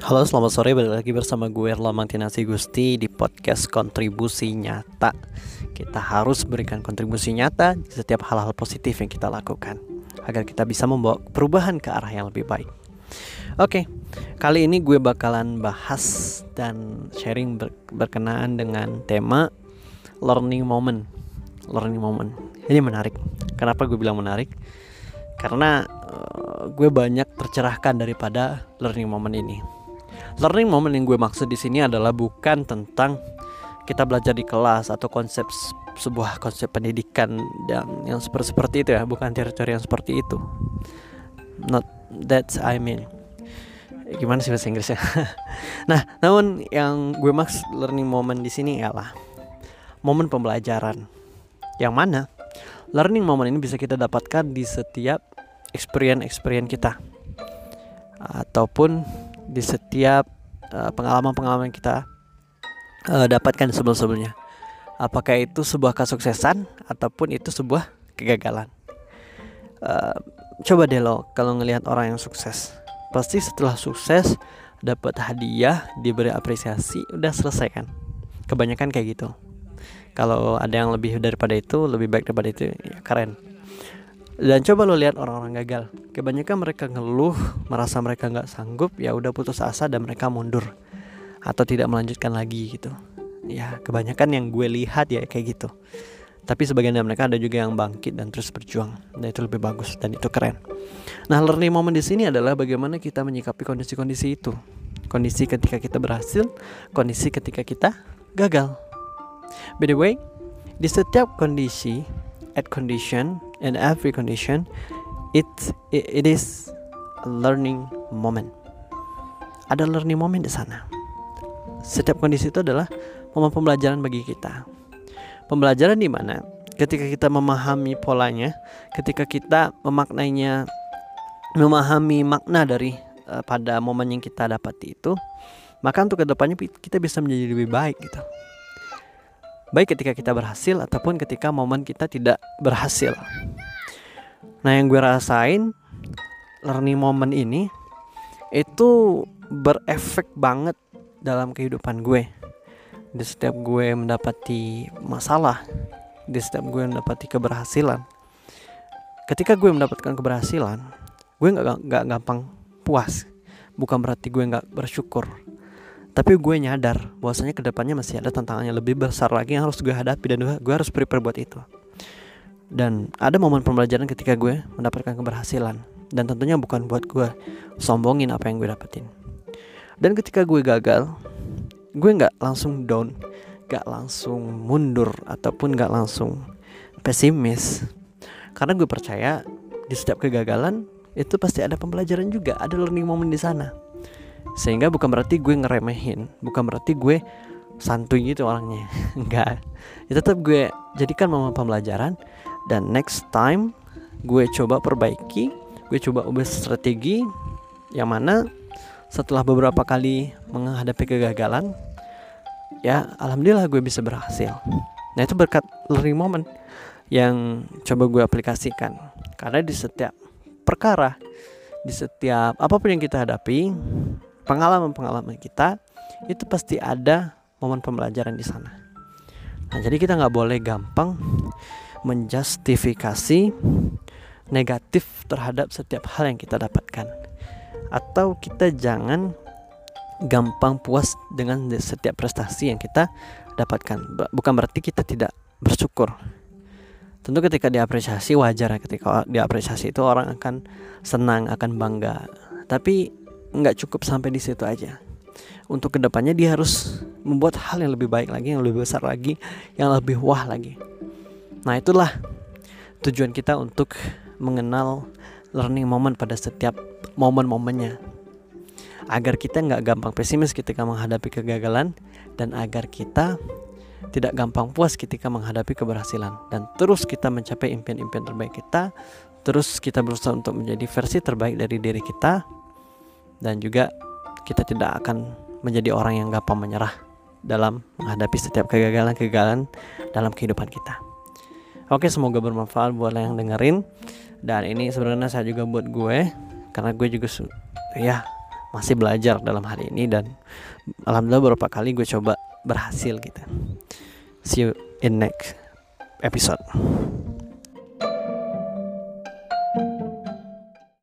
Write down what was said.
Halo, selamat sore. Balik lagi bersama gue Erlambang Tinasi Gusti di podcast Kontribusi Nyata. Kita harus berikan kontribusi nyata di setiap hal-hal positif yang kita lakukan agar kita bisa membawa perubahan ke arah yang lebih baik. Oke, kali ini gue bakalan bahas dan sharing berkenaan dengan tema learning moment. Learning moment ini menarik. Kenapa gue bilang menarik? Karena gue banyak tercerahkan daripada learning moment ini. Learning moment yang gue maksud di sini adalah bukan tentang kita belajar di kelas atau sebuah konsep pendidikan yang seperti itu ya, bukan teori-teori yang seperti itu. Not that I mean. Gimana sih bahasa Inggrisnya? Nah, namun yang gue maksud learning moment di sini ialah momen pembelajaran. Yang mana learning moment ini bisa kita dapatkan di setiap experience kita, ataupun di setiap pengalaman kita dapatkan sebelumnya. Apakah itu sebuah kesuksesan ataupun itu sebuah kegagalan. Coba deh lo kalau ngelihat orang yang sukses, pasti setelah sukses dapat hadiah, diberi apresiasi, udah selesai kan. Kebanyakan kayak gitu. Kalau ada yang lebih daripada itu, lebih baik daripada itu, ya keren. Dan coba lo lihat orang-orang gagal, kebanyakan mereka ngeluh, merasa mereka nggak sanggup, ya udah putus asa dan mereka mundur atau tidak melanjutkan lagi gitu. Ya kebanyakan yang gue lihat ya kayak gitu. Tapi sebagian dari mereka ada juga yang bangkit dan terus berjuang, dan itu lebih bagus dan itu keren. Nah, learning moment di sini adalah bagaimana kita menyikapi kondisi-kondisi itu. Kondisi ketika kita berhasil, kondisi ketika kita gagal. By the way, di setiap kondisi, in every condition, it is a learning moment. Ada learning moment di sana. Setiap kondisi itu adalah momen pembelajaran bagi kita. Pembelajaran di mana ketika kita memahami polanya, ketika kita memaknainya, memahami makna dari pada momen yang kita dapati itu, maka untuk kedepannya kita bisa menjadi lebih baik gitu. Baik ketika kita berhasil ataupun ketika momen kita tidak berhasil. Nah, yang gue rasain learning moment ini itu berefek banget dalam kehidupan gue. Di setiap gue mendapati masalah, di setiap gue mendapati keberhasilan. Ketika gue mendapatkan keberhasilan, gue gak gampang puas. Bukan berarti gue gak bersyukur, tapi gue nyadar bahwasanya kedepannya masih ada tantangannya lebih besar lagi yang harus gue hadapi, dan gue harus prepare buat itu. Dan ada momen pembelajaran ketika gue mendapatkan keberhasilan, dan tentunya bukan buat gue sombongin apa yang gue dapetin. Dan ketika gue gagal, gue gak langsung down, gak langsung mundur, ataupun gak langsung pesimis. Karena gue percaya di setiap kegagalan itu pasti ada pembelajaran juga, ada learning moment di sana. Sehingga bukan berarti gue ngeremehin, bukan berarti gue santuy gitu orangnya. Enggak. Ya tetap gue jadikan momen pembelajaran, dan next time gue coba perbaiki, gue coba ubah strategi yang mana setelah beberapa kali menghadapi kegagalan, ya alhamdulillah gue bisa berhasil. Nah, itu berkat learning moment yang coba gue aplikasikan. Karena di setiap perkara, di setiap apapun yang kita hadapi, pengalaman kita itu pasti ada momen pembelajaran di sana. Nah, jadi kita nggak boleh gampang menjustifikasi negatif terhadap setiap hal yang kita dapatkan, atau kita jangan gampang puas dengan setiap prestasi yang kita dapatkan. Bukan berarti kita tidak bersyukur. Tentu ketika diapresiasi wajar, ketika diapresiasi itu orang akan senang, akan bangga. Tapi nggak cukup sampai di situ aja. Untuk kedepannya dia harus membuat hal yang lebih baik lagi, yang lebih besar lagi, yang lebih wah lagi. Nah, itulah tujuan kita untuk mengenal learning moment pada setiap momen-momennya, agar kita nggak gampang pesimis ketika menghadapi kegagalan, dan agar kita tidak gampang puas ketika menghadapi keberhasilan, dan terus kita mencapai impian-impian terbaik kita. Terus kita berusaha untuk menjadi versi terbaik dari diri kita. Dan juga kita tidak akan menjadi orang yang gampang menyerah dalam menghadapi setiap kegagalan dalam kehidupan kita. Oke, semoga bermanfaat buat yang dengerin. Dan ini sebenarnya saya juga buat gue, karena gue juga masih belajar dalam hal ini, dan alhamdulillah beberapa kali gue coba berhasil gitu. See you in next episode.